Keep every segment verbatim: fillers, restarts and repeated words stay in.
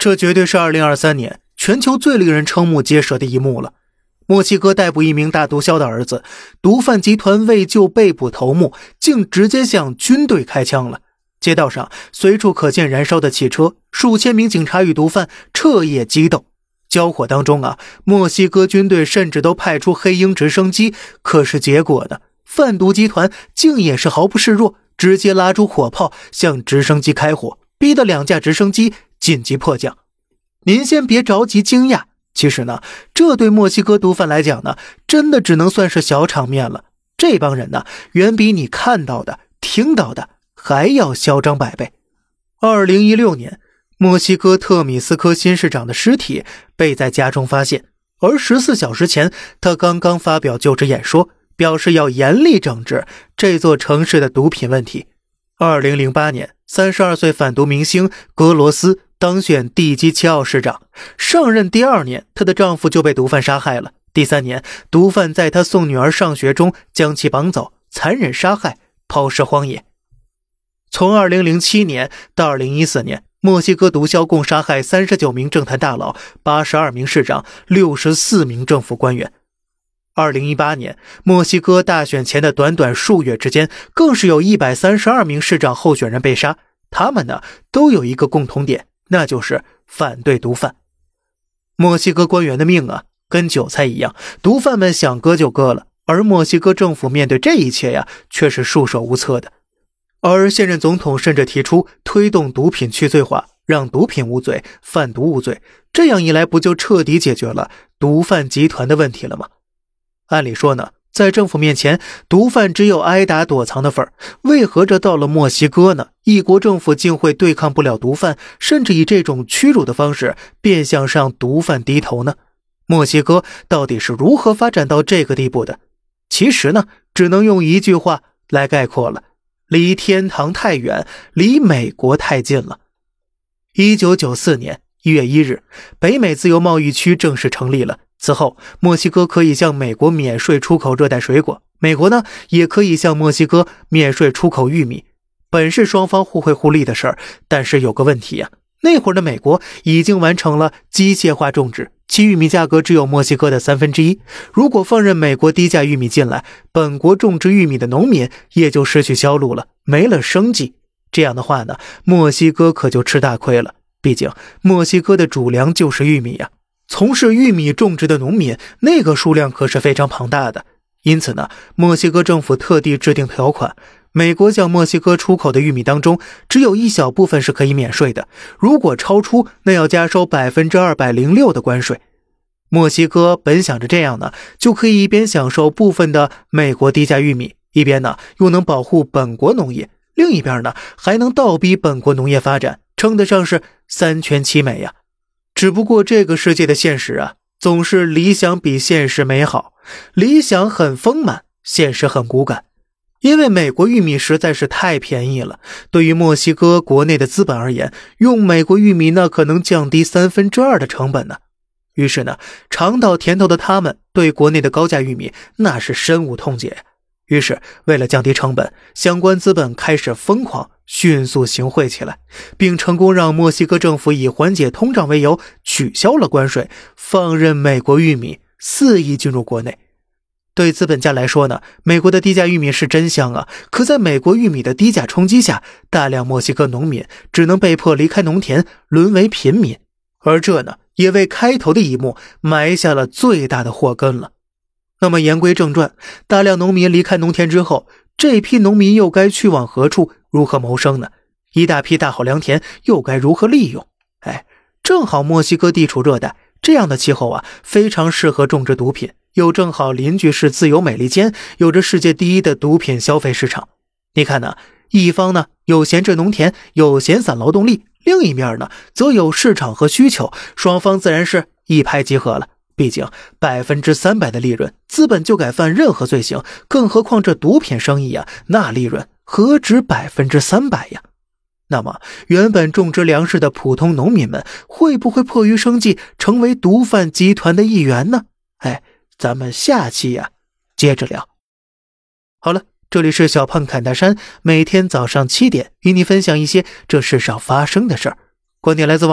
这绝对是二零二三年全球最令人瞠目结舌的一幕了。墨西哥逮捕一名大毒枭的儿子，毒贩集团为救被捕头目，竟直接向军队开枪了。街道上随处可见燃烧的汽车，数千名警察与毒贩彻夜激斗。交火当中啊，墨西哥军队甚至都派出黑鹰直升机，可是结果呢？贩毒集团竟也是毫不示弱，直接拉出火炮向直升机开火，逼得两架直升机紧急迫降。您先别着急惊讶，其实呢，这对墨西哥毒贩来讲呢，真的只能算是小场面了。这帮人呢，远比你看到的、听到的还要嚣张百倍。二零一六年，墨西哥特米斯科新市长的尸体被在家中发现，而十四小时前，他刚刚发表就职演说，表示要严厉整治这座城市的毒品问题。二零零八年，三十二岁反毒明星格罗斯当选地基七号市长，上任第二年，她的丈夫就被毒贩杀害了。第三年，毒贩在她送女儿上学中将其绑走，残忍杀害，抛尸荒野。从二零零七年到二零一四年，墨西哥毒枭共杀害三十九名政坛大佬、八十二名市长、六十四名政府官员。二零一八年，墨西哥大选前的短短数月之间，更是有一百三十二名市长候选人被杀，他们呢都有一个共同点，那就是反对毒贩。墨西哥官员的命啊，跟韭菜一样，毒贩们想割就割了，而墨西哥政府面对这一切呀，却是束手无策的。而现任总统甚至提出推动毒品去罪化，让毒品无罪，贩毒无罪，这样一来不就彻底解决了毒贩集团的问题了吗？按理说呢，在政府面前，毒贩只有挨打躲藏的份儿，为何这到了墨西哥呢？一国政府竟会对抗不了毒贩，甚至以这种屈辱的方式变相向毒贩低头呢？墨西哥到底是如何发展到这个地步的？其实呢，只能用一句话来概括了：离天堂太远，离美国太近了。一九九四年一月一日，北美自由贸易区正式成立了。此后，墨西哥可以向美国免税出口热带水果，美国呢也可以向墨西哥免税出口玉米。本是双方互惠互利的事儿，但是有个问题啊，那会儿的美国已经完成了机械化种植，其玉米价格只有墨西哥的三分之一。如果放任美国低价玉米进来，本国种植玉米的农民也就失去销路了，没了生计。这样的话呢，墨西哥可就吃大亏了。毕竟墨西哥的主粮就是玉米呀、啊。从事玉米种植的农民，那个数量可是非常庞大的。因此呢，墨西哥政府特地制定条款，美国向墨西哥出口的玉米当中，只有一小部分是可以免税的，如果超出，那要加收 百分之二百零六 的关税。墨西哥本想着这样呢，就可以一边享受部分的美国低价玉米，一边呢又能保护本国农业，另一边呢还能倒逼本国农业发展，称得上是三全其美呀。只不过这个世界的现实啊，总是理想比现实美好，理想很丰满，现实很骨感。因为美国玉米实在是太便宜了，对于墨西哥国内的资本而言，用美国玉米那可能降低三分之二的成本呢。于是呢，尝到甜头的他们对国内的高价玉米那是深恶痛绝。于是为了降低成本，相关资本开始疯狂迅速行贿起来，并成功让墨西哥政府以缓解通胀为由取消了关税，放任美国玉米肆意进入国内。对资本家来说呢，美国的低价玉米是真香啊，可在美国玉米的低价冲击下，大量墨西哥农民只能被迫离开农田，沦为贫民。而这呢，也为开头的一幕埋下了最大的祸根了。那么言归正传，大量农民离开农田之后，这批农民又该去往何处，如何谋生呢？一大批大好良田又该如何利用？哎，正好墨西哥地处热带，这样的气候啊，非常适合种植毒品，又正好邻居是自由美利坚，有着世界第一的毒品消费市场。你看呢，一方呢有闲置农田，有闲散劳动力，另一面呢则有市场和需求，双方自然是一拍即合了。毕竟百分之三百的利润，资本就敢犯任何罪行，更何况这毒品生意啊，那利润何止百分之三百呀？那么原本种植粮食的普通农民们，会不会迫于生计成为毒贩集团的一员呢？哎，咱们下期呀、啊、接着聊。好了，这里是小胖侃大山，每天早上七点与你分享一些这世上发生的事儿，观点来自网络，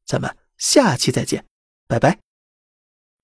咱们下期再见，拜拜。